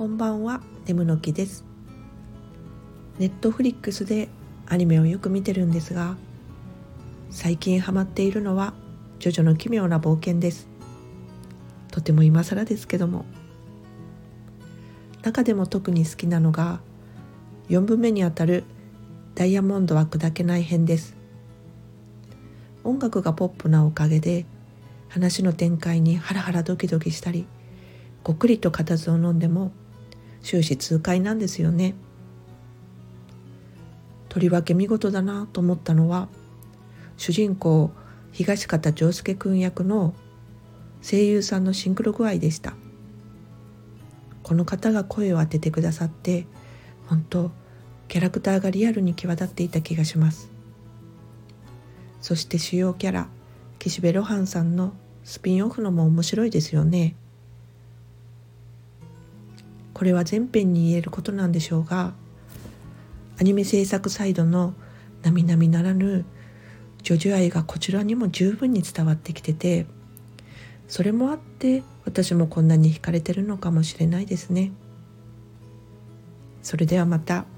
こんばんは、ネムの木です。ネットフリックスでアニメをよく見てるんですが、最近ハマっているのはジョジョの奇妙な冒険です。とても今更ですけども、中でも特に好きなのが4部目にあたるダイヤモンドは砕けない編です。音楽がポップなおかげで話の展開にハラハラドキドキしたり、ごくりと固唾を飲んでも終始痛快なんですよね。とりわけ見事だなと思ったのは、主人公東方仗介くん役の声優さんのシンクロ具合でした。この方が声を当ててくださって、本当キャラクターがリアルに際立っていた気がします。そして主要キャラ岸辺露伴さんのスピンオフのも面白いですよね。これは全編に言えることなんでしょうが、アニメ制作サイドの並々ならぬジョジョ愛がこちらにも十分に伝わってきてて、それもあって私もこんなに惹かれてるのかもしれないですね。それではまた。